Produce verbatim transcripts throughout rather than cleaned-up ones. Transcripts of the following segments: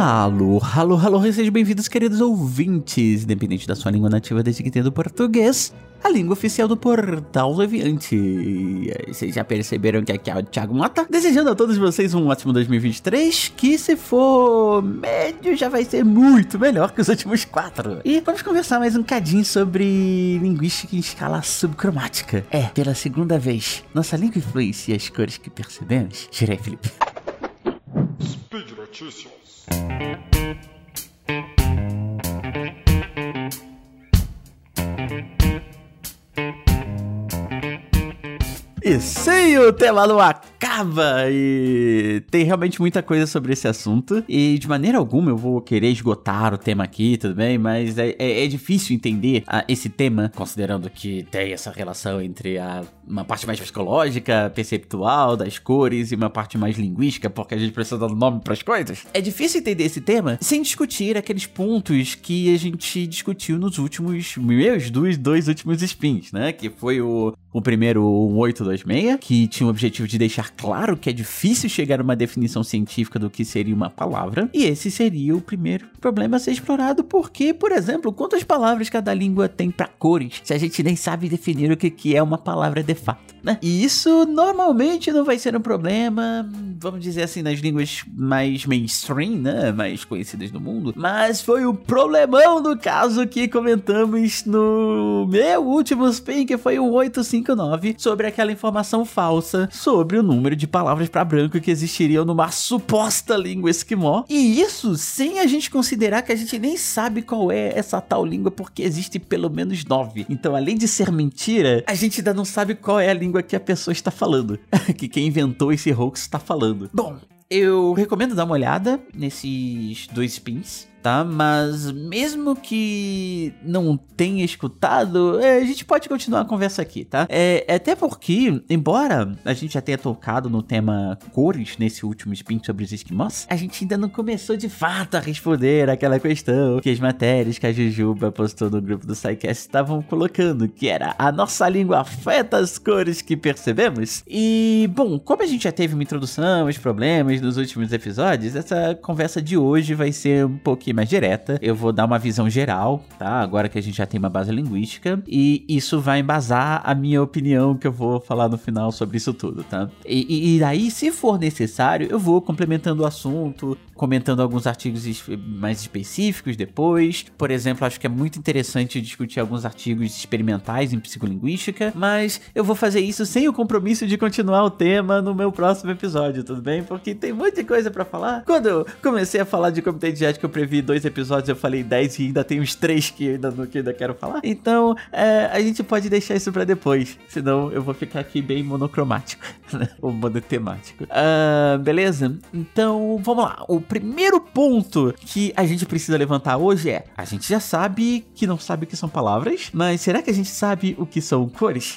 Alô, alô, alô, sejam bem-vindos, queridos ouvintes, independente da sua língua nativa, desde que tenha do português, a língua oficial do Portal Deviante. Vocês já perceberam que aqui é o Thiago Mota, desejando a todos vocês um ótimo dois mil e vinte e três, que se for médio já vai ser muito melhor que os últimos quatro. E vamos conversar mais um cadinho sobre linguística em escala subcromática. É, pela segunda vez, nossa língua influencia as cores que percebemos. Gira aí, Felipe. Speed Notícias. E sim, o tema não acaba, e tem realmente muita coisa sobre esse assunto, e de maneira alguma eu vou querer esgotar o tema aqui, tudo bem, mas é, é, é difícil entender a, esse tema, considerando que tem essa relação entre a, uma parte mais psicológica, perceptual, das cores, e uma parte mais linguística, porque a gente precisa dar nome pras coisas. É difícil entender esse tema sem discutir aqueles pontos que a gente discutiu nos últimos, meus dois, dois últimos spins, né, que foi o, o primeiro, o oito dois seis, que tinha o objetivo de deixar claro que é difícil chegar a uma definição científica do que seria uma palavra, e esse seria o primeiro problema a ser explorado, porque, por exemplo, quantas palavras cada língua tem para cores, se a gente nem sabe definir o que, que é uma palavra de fato, né? E isso normalmente não vai ser um problema, vamos dizer assim, nas línguas mais mainstream, né, mais conhecidas do mundo, mas foi o problemão do caso que comentamos no meu último spin, que foi o oito cinco nove, sobre aquela informação falsa sobre o número de palavras para branco que existiriam numa suposta língua esquimó. E isso sem a gente considerar que a gente nem sabe qual é essa tal língua, porque existe pelo menos nove. Então, além de ser mentira, a gente ainda não sabe qual é a língua que a pessoa está falando, que quem inventou esse hoax está falando. Bom, eu recomendo dar uma olhada nesses dois spins, tá? Mas mesmo que não tenha escutado, é, a gente pode continuar a conversa aqui, tá? É, até porque, embora a gente já tenha tocado no tema cores nesse último spin sobre os esquimós, a gente ainda não começou de fato a responder aquela questão que as matérias que a Jujuba postou no grupo do SciCast estavam colocando, que era: a nossa língua afeta as cores que percebemos? E, bom, como a gente já teve uma introdução aos problemas nos últimos episódios, essa conversa de hoje vai ser um pouquinho mais direta. Eu vou dar uma visão geral, tá? Agora que a gente já tem uma base linguística, e isso vai embasar a minha opinião que eu vou falar no final sobre isso tudo, tá? E, e, e aí, se for necessário, eu vou complementando o assunto, comentando alguns artigos mais específicos depois. Por exemplo, acho que é muito interessante discutir alguns artigos experimentais em psicolinguística, mas eu vou fazer isso sem o compromisso de continuar o tema no meu próximo episódio, tudo bem? Porque tem muita coisa pra falar. Quando eu comecei a falar de comitê de ética, eu previ dois episódios, eu falei dez e ainda tem uns três que eu ainda, que eu ainda quero falar. Então, é, a gente pode deixar isso pra depois, senão eu vou ficar aqui bem monocromático, né? Ou monotemático. Uh, beleza? Então, vamos lá. O primeiro ponto que a gente precisa levantar hoje é: a gente já sabe que não sabe o que são palavras, mas será que a gente sabe o que são cores?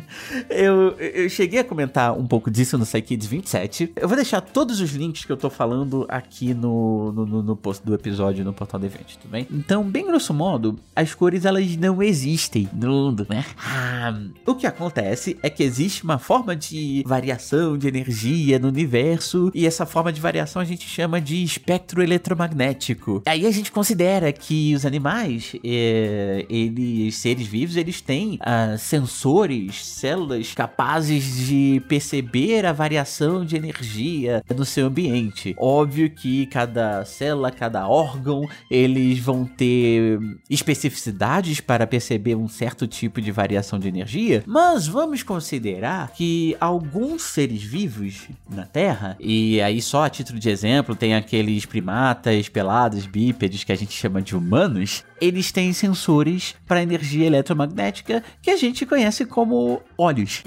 eu, eu cheguei a comentar um pouco disso no SciKids vinte e sete. Eu vou deixar todos os links que eu tô falando aqui no, no, no post do episódio no Portal Deviante, tudo bem? Então, bem grosso modo, as cores, elas não existem no mundo, né? Ah, o que acontece é que existe uma forma de variação de energia no universo, e essa forma de variação a gente chama de espectro eletromagnético. Aí a gente considera que os animais, é, eles, seres vivos, eles têm ah, sensores, células capazes de perceber a variação de energia no seu ambiente. Óbvio que cada célula, cada órgão, eles vão ter especificidades para perceber um certo tipo de variação de energia, mas vamos considerar que alguns seres vivos na Terra, e aí só a título de exemplo, tem aqueles primatas pelados, bípedes, que a gente chama de humanos, eles têm sensores para energia eletromagnética que a gente conhece como olhos.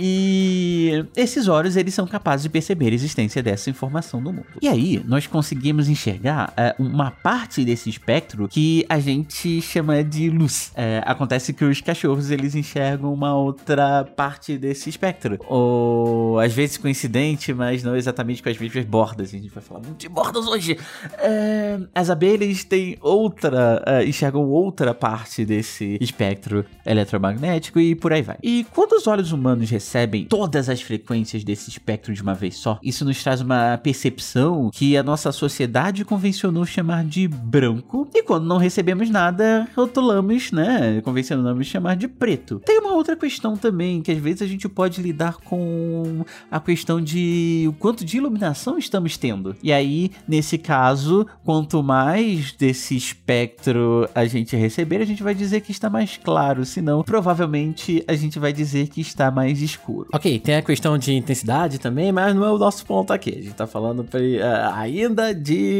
E esses olhos, eles são capazes de perceber a existência dessa informação no mundo. E aí, nós conseguimos enxergar uh, uma parte desse espectro que a gente chama de luz. Uh, acontece que os cachorros, eles enxergam uma outra parte desse espectro. Ou, às vezes, coincidente, mas não exatamente com as mesmas bordas. A gente vai falar muito de bordas hoje. Uh, as abelhas têm outra, uh, enxergam outra parte desse espectro eletromagnético e por aí vai. E quando os olhos humanos recebem todas as frequências desse espectro de uma vez só, isso nos traz uma percepção que a nossa sociedade convencionou chamar de branco, e quando não recebemos nada, rotulamos, né, convencionamos chamar de preto. Tem uma outra questão também, que às vezes a gente pode lidar com a questão de o quanto de iluminação estamos tendo. E aí, nesse caso, quanto mais desse espectro a gente receber, a gente vai dizer que está mais claro, senão provavelmente a gente vai dizer que está mais escuro. Ok, tem a questão de intensidade também, mas não é o nosso ponto aqui. A gente tá falando pra, uh, ainda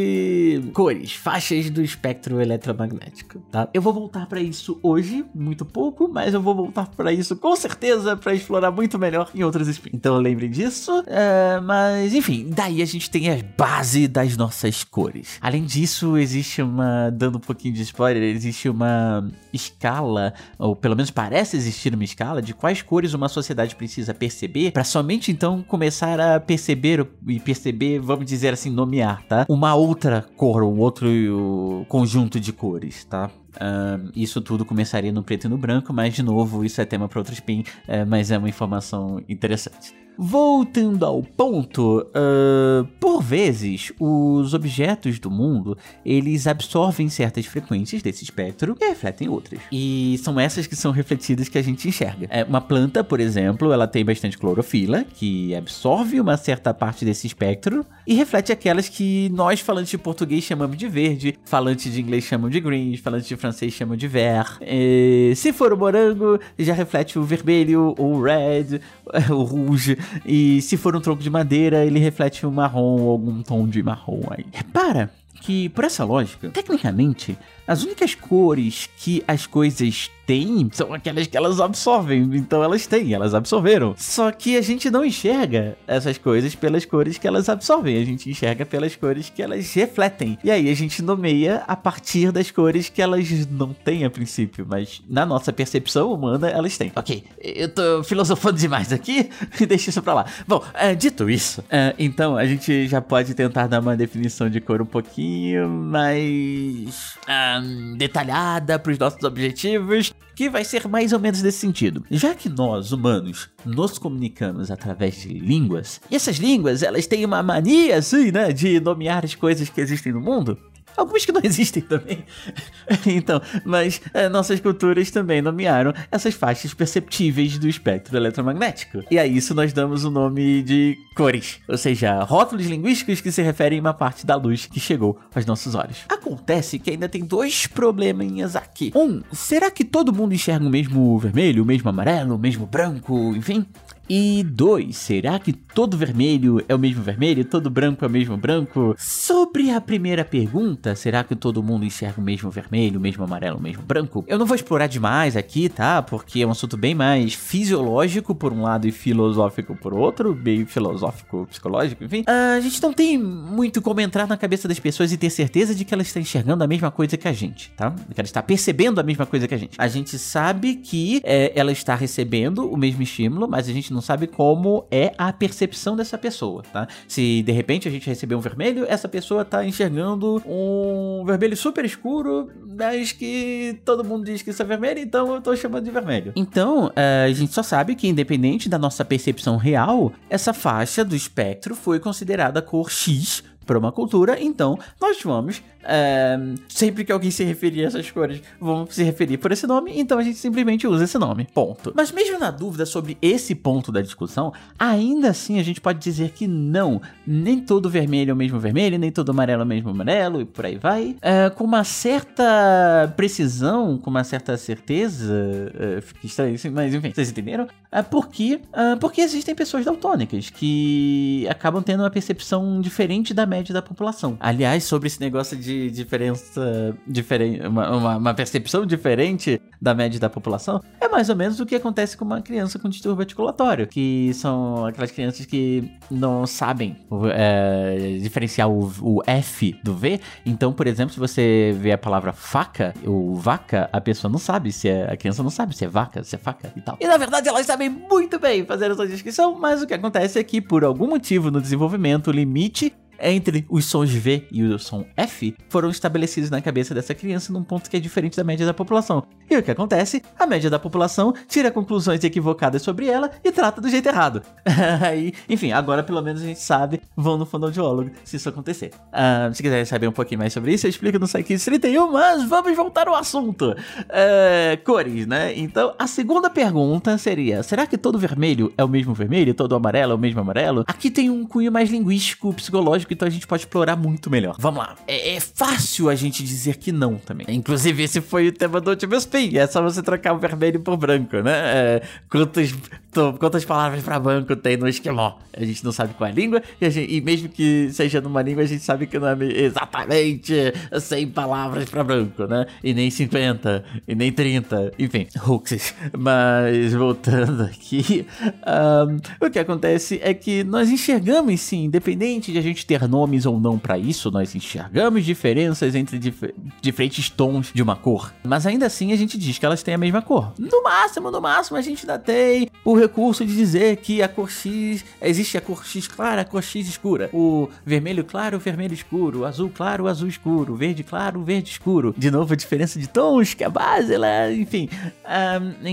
de cores, faixas do espectro eletromagnético, tá? Eu vou voltar pra isso hoje, muito pouco, mas eu vou voltar pra isso com certeza pra explorar muito melhor em outros spins. Então lembrem disso, uh, mas enfim, daí a gente tem a base das nossas cores. Além disso, existe uma, dando um pouquinho de spoiler, existe uma escala, ou pelo menos parece existir uma escala de quais cores uma sociedade precisa perceber pra somente então começar a perceber e perceber, vamos dizer assim, nomear, tá? Uma outra cor, um outro conjunto de cores, tá? Uh, isso tudo começaria no preto e no branco, mas de novo, isso é tema para outro spin, uh, mas é uma informação interessante. Voltando ao ponto, uh, por vezes os objetos do mundo, eles absorvem certas frequências desse espectro e refletem outras. E são essas que são refletidas que a gente enxerga. É, uma planta, por exemplo, ela tem bastante clorofila, que absorve uma certa parte desse espectro e reflete aquelas que nós, falantes de português, chamamos de verde, falantes de inglês chamam de green, falantes de francês chamam de vert. E, se for o morango, já reflete o vermelho, o red, o rouge. E se for um tronco de madeira, ele reflete o marrom ou algum tom de marrom aí. Repara que, por essa lógica, tecnicamente, as únicas cores que as coisas têm são aquelas que elas absorvem. Então elas têm, elas absorveram. Só que a gente não enxerga essas coisas pelas cores que elas absorvem. A gente enxerga pelas cores que elas refletem. E aí a gente nomeia a partir das cores que elas não têm a princípio. Mas na nossa percepção humana, elas têm. Ok, eu tô filosofando demais aqui. Deixa isso pra lá. Bom, uh, dito isso, uh, então a gente já pode tentar dar uma definição de cor um pouquinho mais um, detalhada para os nossos objetivos, que vai ser mais ou menos desse sentido. Já que nós, humanos, nos comunicamos através de línguas, e essas línguas, elas têm uma mania, assim, né, de nomear as coisas que existem no mundo, algumas que não existem também. Então, mas é, nossas culturas também nomearam essas faixas perceptíveis do espectro eletromagnético. E a isso nós damos o nome de cores, ou seja, rótulos linguísticos que se referem a uma parte da luz que chegou aos nossos olhos. Acontece que ainda tem dois probleminhas aqui. Um, será que todo mundo enxerga o mesmo vermelho, o mesmo amarelo, o mesmo branco, enfim? E dois, será que todo vermelho é o mesmo vermelho, todo branco é o mesmo branco? Sobre a primeira pergunta, será que todo mundo enxerga o mesmo vermelho, o mesmo amarelo, o mesmo branco? Eu não vou explorar demais aqui, tá? Porque é um assunto bem mais fisiológico por um lado e filosófico por outro, bem filosófico, psicológico, enfim. A gente não tem muito como entrar na cabeça das pessoas e ter certeza de que ela está enxergando a mesma coisa que a gente, tá? Que ela está percebendo a mesma coisa que a gente. A gente sabe que é, ela está recebendo o mesmo estímulo, mas a gente não sabe como é a percepção dessa pessoa, tá? Se de repente a gente receber um vermelho, essa pessoa tá enxergando um vermelho super escuro, mas que todo mundo diz que isso é vermelho, então eu tô chamando de vermelho. Então, a gente só sabe que independente da nossa percepção real, essa faixa do espectro foi considerada cor X para uma cultura, então nós vamos, é, sempre que alguém se referir a essas cores, vamos se referir por esse nome, então a gente simplesmente usa esse nome, ponto. Mas mesmo na dúvida sobre esse ponto da discussão, ainda assim a gente pode dizer que não, nem todo vermelho é o mesmo vermelho, nem todo amarelo é o mesmo amarelo, e por aí vai, é, com uma certa precisão, com uma certa certeza, é, fica estranho, mas enfim, vocês entenderam? É porque, é, porque existem pessoas daltônicas que acabam tendo uma percepção diferente da média da população. Aliás, sobre esse negócio de diferença, diferen, uma, uma, uma percepção diferente da média da população, é mais ou menos o que acontece com uma criança com distúrbio articulatório, que são aquelas crianças que não sabem é, diferenciar o, o F do V. Então, por exemplo, se você vê a palavra faca, ou vaca, a pessoa não sabe se é, a criança não sabe se é vaca, se é faca e tal. E na verdade elas sabem muito bem fazer essa descrição, mas o que acontece é que por algum motivo no desenvolvimento, o limite entre os sons V e o som F foram estabelecidos na cabeça dessa criança num ponto que é diferente da média da população. E o que acontece? A média da população tira conclusões equivocadas sobre ela e trata do jeito errado. Aí, enfim, agora pelo menos a gente sabe, vão no fonoaudiólogo se isso acontecer. Uh, se quiserem saber um pouquinho mais sobre isso, eu explico no Psykids trinta e um, mas vamos voltar ao assunto. Uh, cores, né? Então, a segunda pergunta seria, será que todo vermelho é o mesmo vermelho e todo amarelo é o mesmo amarelo? Aqui tem um cunho mais linguístico, psicológico, então a gente pode explorar muito melhor. Vamos lá. É, é fácil a gente dizer que não também. Inclusive, esse foi o tema do último spin. É só você trocar o vermelho por branco, né? É, quantas, tô, quantas palavras pra branco tem no esquimó? A gente não sabe qual é a língua, e, a gente, e mesmo que seja numa língua, a gente sabe que não é exatamente cem palavras pra branco, né? E nem cinquenta, e nem trinta, enfim, hoaxes. Mas, voltando aqui, um, o que acontece é que nós enxergamos, sim, independente de a gente ter nomes ou não pra isso, nós enxergamos diferenças entre dif- diferentes tons de uma cor. Mas ainda assim, a gente diz que elas têm a mesma cor. No máximo, no máximo, a gente ainda tem o recurso de dizer que a cor X, existe a cor X clara, a cor X escura. O vermelho claro, o vermelho escuro. O azul claro, o azul escuro. O verde claro, o verde escuro. De novo, a diferença de tons, que é a base, ela, enfim. Um,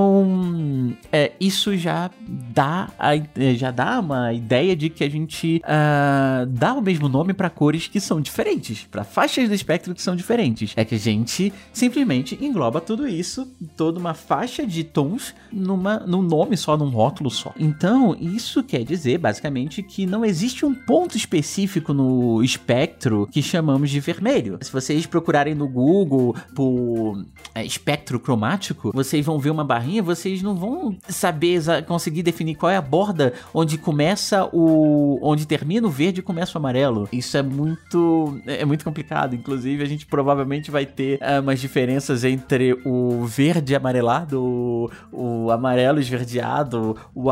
então, é, isso já dá, a, já dá uma ideia de que a gente uh, dá o mesmo nome para cores que são diferentes, para faixas do espectro que são diferentes. É que a gente simplesmente engloba tudo isso, toda uma faixa de tons numa, num nome só, num rótulo só. Então, isso quer dizer, basicamente, que não existe um ponto específico no espectro que chamamos de vermelho. Se vocês procurarem no Google por é, espectro cromático, vocês vão ver uma barrinha, vocês não vão saber, conseguir definir qual é a borda onde começa o... onde termina o verde e começa o amarelo. Isso é muito... é muito complicado. Inclusive, a gente provavelmente vai ter é, umas diferenças entre o verde amarelado, o, o amarelo esverdeado, o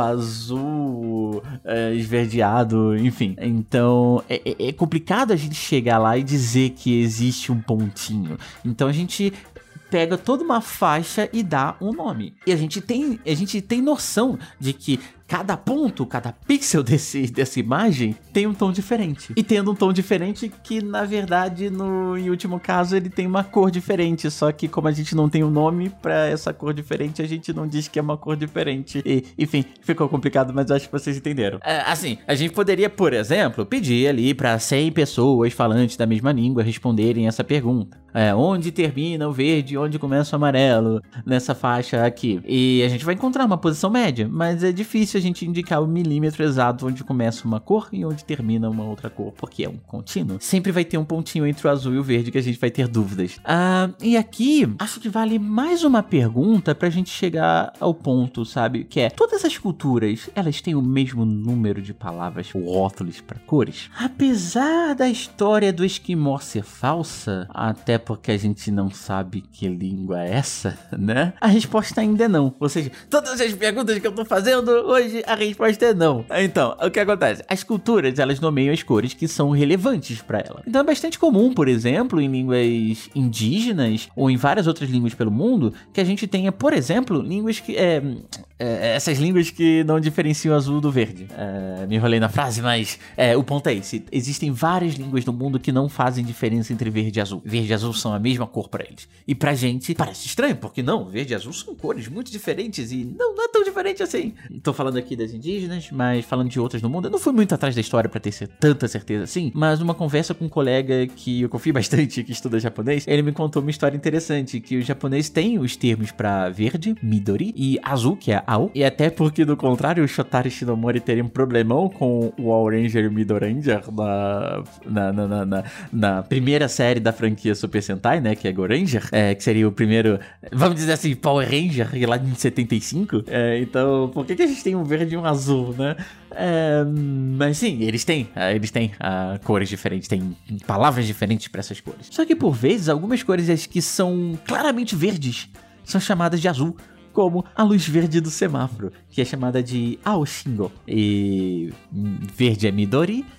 azul é, esverdeado, enfim. Então, é, é complicado a gente chegar lá e dizer que existe um pontinho. Então, a gente pega toda uma faixa e dá um nome. E a gente tem, a gente tem noção de que cada ponto, cada pixel desse, dessa imagem tem um tom diferente. E tendo um tom diferente que, na verdade, no em último caso, ele tem uma cor diferente. Só que como a gente não tem um nome pra essa cor diferente, a gente não diz que é uma cor diferente. E, enfim, ficou complicado, mas eu acho que vocês entenderam. É, assim, a gente poderia, por exemplo, pedir ali pra cem pessoas falantes da mesma língua responderem essa pergunta. É, onde termina o verde e onde começa o amarelo nessa faixa aqui? E a gente vai encontrar uma posição média, mas é difícil a gente indicar o milímetro exato onde começa uma cor e onde termina uma outra cor, porque é um contínuo. Sempre vai ter um pontinho entre o azul e o verde que a gente vai ter dúvidas. Ah, e aqui, acho que vale mais uma pergunta pra gente chegar ao ponto, sabe? Que é, todas as culturas, elas têm o mesmo número de palavras ou rótulos pra cores? Apesar da história do esquimó ser falsa, até porque a gente não sabe que língua é essa, né? A resposta ainda é não. Ou seja, todas as perguntas que eu tô fazendo hoje, a resposta é não. Então, o que acontece? As culturas, elas nomeiam as cores que são relevantes pra ela. Então é bastante comum, por exemplo, em línguas indígenas ou em várias outras línguas pelo mundo, que a gente tenha, por exemplo, línguas que... É, é, essas línguas que não diferenciam o azul do verde. É, me enrolei na frase, mas é, o ponto é esse. Existem várias línguas no mundo que não fazem diferença entre verde e azul. Verde e azul são a mesma cor pra eles. E pra gente, parece estranho, porque não, verde e azul são cores muito diferentes e não, não é tão diferente assim. Tô falando aqui das indígenas, mas falando de outras no mundo, eu não fui muito atrás da história pra ter tanta certeza assim, mas numa conversa com um colega que eu confio bastante, que estuda japonês, ele me contou uma história interessante, que o japonês tem os termos pra verde, midori, e azul, que é ao, e até porque, do contrário, o Shotaro Shinomori teria um problemão com o All-Ranger e o Midoranger na, na, na, na, na, na primeira série da franquia Super Sentai, né, que é Goranger, é, que seria o primeiro, vamos dizer assim, Power Ranger, lá de setenta e cinco, é, então, por que que a gente tem um verde e um azul, né? É, mas sim, eles têm, eles têm uh, cores diferentes, têm palavras diferentes para essas cores. Só que por vezes, algumas cores que são claramente verdes são chamadas de azul, como a luz verde do semáforo, que é chamada de Aoshingo. E verde é Midori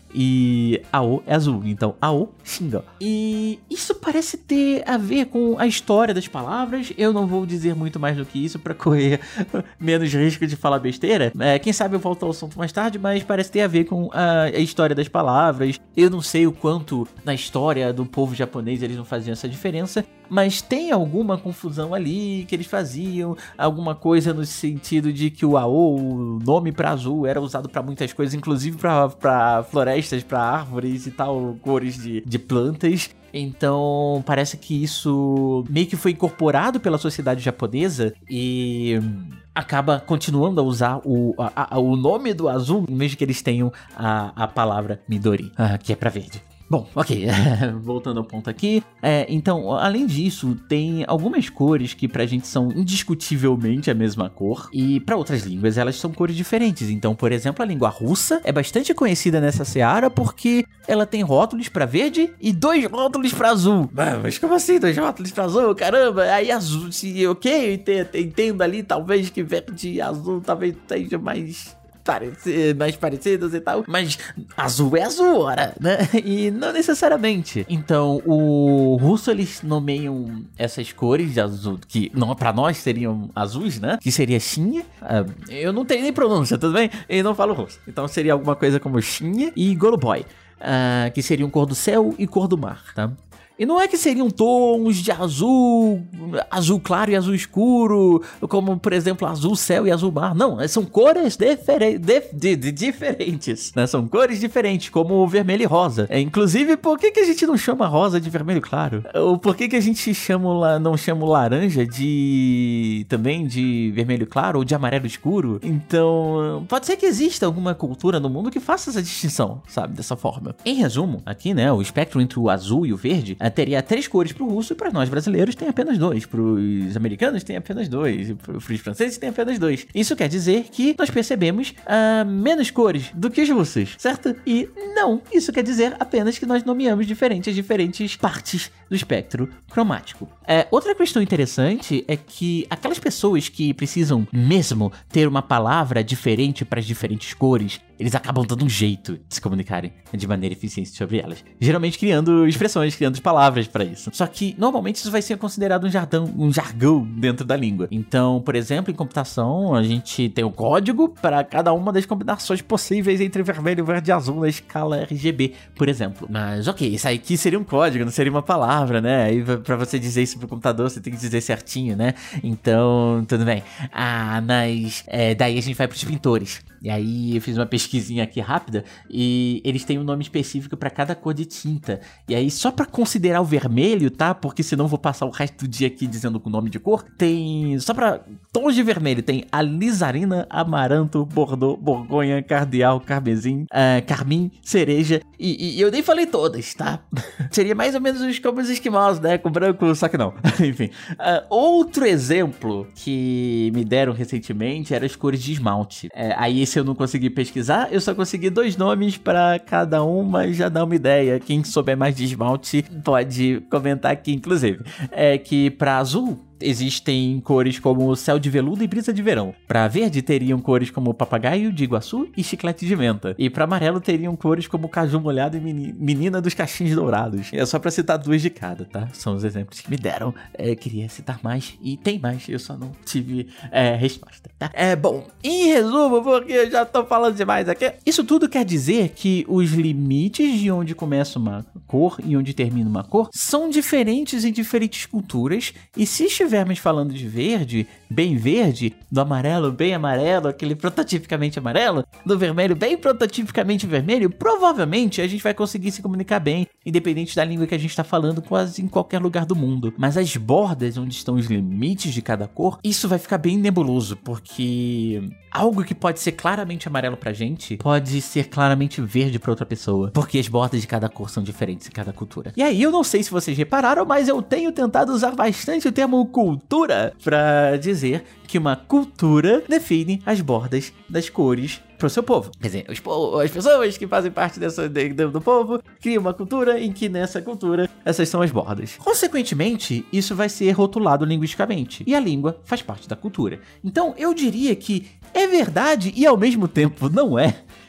e Ao é azul. Então, Ao, Xinga. E isso parece ter a ver com a história das palavras. Eu não vou dizer muito mais do que isso pra correr menos risco de falar besteira. É, quem sabe eu volto ao assunto mais tarde, mas parece ter a ver com a, a história das palavras. Eu não sei o quanto na história do povo japonês eles não faziam essa diferença, mas tem alguma confusão ali que eles faziam, alguma coisa no sentido de que o Ao, o nome pra azul, era usado pra muitas coisas, inclusive pra, pra florestas, pra árvores e tal, cores de, de plantas. Então, parece que isso meio que foi incorporado pela sociedade japonesa e acaba continuando a usar o, a, a, o nome do azul, mesmo que eles tenham a, a palavra Midori, uh, que é pra verde. Bom, ok, voltando ao ponto aqui, é, então, além disso, tem algumas cores que pra gente são indiscutivelmente a mesma cor, e pra outras línguas elas são cores diferentes. Então, por exemplo, a língua russa é bastante conhecida nessa seara porque ela tem rótulos pra verde e dois rótulos pra azul. Ah, mas como assim, dois rótulos pra azul? Caramba, aí azul, se, ok, eu entendo, entendo ali, talvez que verde e azul talvez seja mais... Parece, mais parecidos e tal, mas azul é azul, ora, né? E não necessariamente. Então, o russo, eles nomeiam essas cores de azul, que não pra nós seriam azuis, né? Que seria Shinha. Uh, eu não tenho nem pronúncia, tudo bem? Eu não falo russo. Então, seria alguma coisa como Shinha e Goluboy, uh, que seriam cor do céu e cor do mar, tá? E não é que seriam tons de azul, azul claro e azul escuro, como, por exemplo, azul céu e azul mar. Não, são cores difere- de, de, de diferentes, né? São cores diferentes, como vermelho e rosa. É, inclusive, por que, que a gente não chama rosa de vermelho claro? Ou por que, que a gente chama, não chama laranja de... também de vermelho claro ou de amarelo escuro? Então, pode ser que exista alguma cultura no mundo que faça essa distinção, sabe? Dessa forma. Em resumo, aqui, né, o espectro entre o azul e o verde teria três cores pro russo e para nós brasileiros tem apenas dois. Pros americanos tem apenas dois. E pros franceses tem apenas dois. Isso quer dizer que nós percebemos uh, menos cores do que os russos, certo? E não, isso quer dizer apenas que nós nomeamos diferentes, diferentes partes do espectro cromático. É, outra questão interessante é que aquelas pessoas que precisam mesmo ter uma palavra diferente para as diferentes cores, eles acabam dando um jeito de se comunicarem de maneira eficiente sobre elas. Geralmente criando expressões, criando palavras para isso. Só que, normalmente, isso vai ser considerado um jargão, um jargão dentro da língua. Então, por exemplo, em computação, a gente tem o código para cada uma das combinações possíveis entre vermelho, verde e azul na escala R G B, por exemplo. Mas, ok, isso aqui seria um código, não seria uma palavra, né? Aí, pra você dizer isso pro computador, você tem que dizer certinho, né? Então, tudo bem. Ah, mas... É, daí a gente vai pros pintores. E aí eu fiz uma pesquisinha aqui rápida e eles têm um nome específico para cada cor de tinta. E aí só para considerar o vermelho, tá? Porque senão eu vou passar o resto do dia aqui dizendo o nome de cor. Tem, só para tons de vermelho, tem alizarina, amaranto, bordeaux, borgonha, cardeal, carmesim, uh, carmim, cereja. E, e eu nem falei todas, tá? Seria mais ou menos os como os esquimós, né? Com branco, só que não. Enfim. Uh, outro exemplo que me deram recentemente era as cores de esmalte. Uh, aí se eu não consegui pesquisar, eu só consegui dois nomes para cada um, mas já dá uma ideia. Quem souber mais de esmalte pode comentar aqui, inclusive. É que para azul existem cores como céu de veludo e brisa de verão. Para verde teriam cores como papagaio de Iguaçu e chiclete de menta. E para amarelo teriam cores como caju molhado e menina dos cachinhos dourados. É só para citar duas de cada, tá? São os exemplos que me deram. É, queria citar mais e tem mais, eu só não tive é, resposta, tá? É, bom, em resumo, porque eu já tô falando demais aqui, isso tudo quer dizer que os limites de onde começa uma cor e onde termina uma cor são diferentes em diferentes culturas, e se estivermos falando de verde, bem verde, do amarelo, bem amarelo, aquele prototipicamente amarelo, do vermelho, bem prototipicamente vermelho, provavelmente a gente vai conseguir se comunicar bem, independente da língua que a gente está falando, quase em qualquer lugar do mundo. Mas as bordas, onde estão os limites de cada cor, isso vai ficar bem nebuloso, porque algo que pode ser claramente amarelo pra gente, pode ser claramente verde pra outra pessoa, porque as bordas de cada cor são diferentes em cada cultura. E aí, eu não sei se vocês repararam, mas eu tenho tentado usar bastante o termo cultura pra dizer que uma cultura define as bordas das cores pro seu povo. Quer dizer, os po- as pessoas que fazem parte dessa, de, do, do povo criam uma cultura em que nessa cultura essas são as bordas. Consequentemente, isso vai ser rotulado linguisticamente, e a língua faz parte da cultura. Então, eu diria que é verdade e ao mesmo tempo não é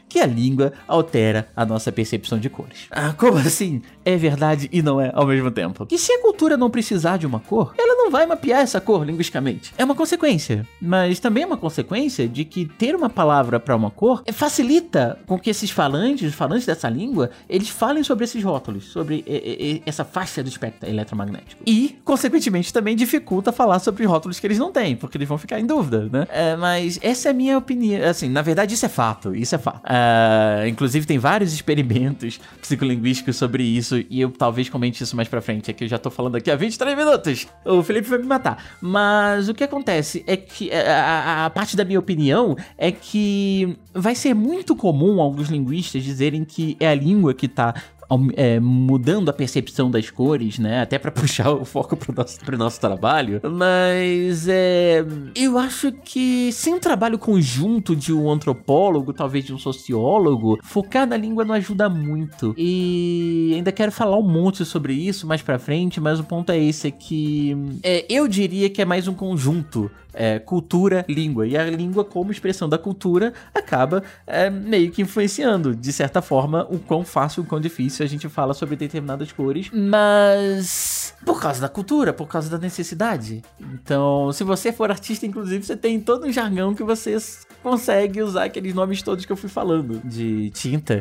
que a língua altera a nossa percepção de cores. Ah, como assim? É verdade e não é ao mesmo tempo. Que se a cultura não precisar de uma cor, ela não vai mapear essa cor linguisticamente. É uma consequência, mas também é uma consequência de que ter uma palavra para uma cor facilita com que esses falantes, os falantes dessa língua, eles falem sobre esses rótulos, sobre e, e, essa faixa do espectro eletromagnético. E, consequentemente, também dificulta falar sobre rótulos que eles não têm, porque eles vão ficar em dúvida, né? É, mas essa é a minha opinião. Assim, na verdade, isso é fato. Isso é fato. Uh, inclusive, tem vários experimentos psicolinguísticos sobre isso, e eu talvez comente isso mais pra frente. É que eu já tô falando aqui há vinte e três minutos. O Felipe vai me matar. Mas o que acontece é que a, a, a parte da minha opinião é que vai ser muito comum alguns linguistas dizerem que é a língua que tá É, mudando a percepção das cores, né? Até pra puxar o foco pro nosso, pro nosso trabalho. Mas é, eu acho que sem um trabalho conjunto de um antropólogo, talvez de um sociólogo, focar na língua não ajuda muito. E ainda quero falar um monte sobre isso mais pra frente, mas o ponto é esse, é que é, eu diria que é mais um conjunto. É, cultura, língua. E a língua, como expressão da cultura, acaba é, meio que influenciando, de certa forma, o quão fácil, o quão difícil a gente fala sobre determinadas cores. Mas por causa da cultura, por causa da necessidade. Então, se você for artista, inclusive, você tem todo um jargão que você consegue usar aqueles nomes todos que eu fui falando. De tinta,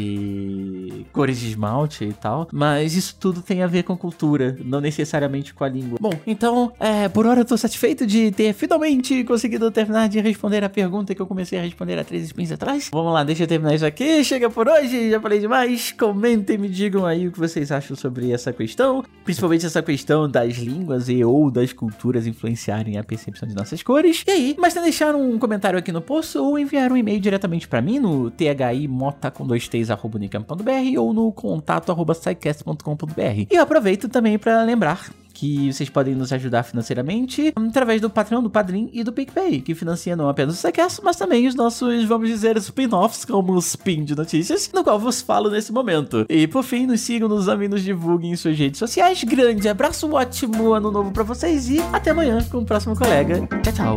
de cores de esmalte e tal. Mas isso tudo tem a ver com cultura, não necessariamente com a língua. Bom, então, é, por hora eu tô satisfeito de ter finalmente conseguido terminar de responder a pergunta que eu comecei a responder há três spins atrás. Vamos lá, deixa eu terminar isso aqui. Chega por hoje, já falei demais. Comentem, me digam aí o que vocês acham sobre essa questão. Principalmente essa questão das línguas e ou das culturas influenciarem a percepção de nossas cores. E aí, basta deixar um comentário aqui no post ou enviar um e-mail diretamente pra mim no thimota com dois t's arroba unicamp ponto br ou no contato arroba scicast ponto com ponto br. E eu aproveito também pra lembrar que vocês podem nos ajudar financeiramente através do Patreon, do Padrim e do PicPay, que financia não apenas o SciCast, mas também os nossos, vamos dizer, spin-offs, como o Spin de Notícias, no qual vos falo nesse momento. E por fim, nos sigam, nos amem, nos divulguem em suas redes sociais. Grande abraço, um ótimo ano novo pra vocês e até amanhã com o próximo colega. Tchau, tchau.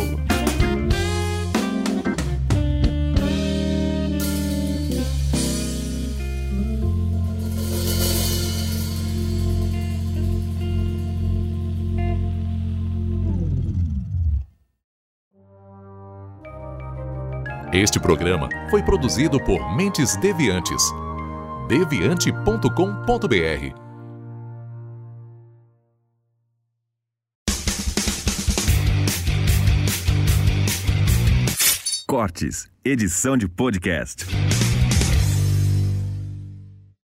Este programa foi produzido por Mentes Deviantes. deviante ponto com ponto br. Cortes, edição de podcast.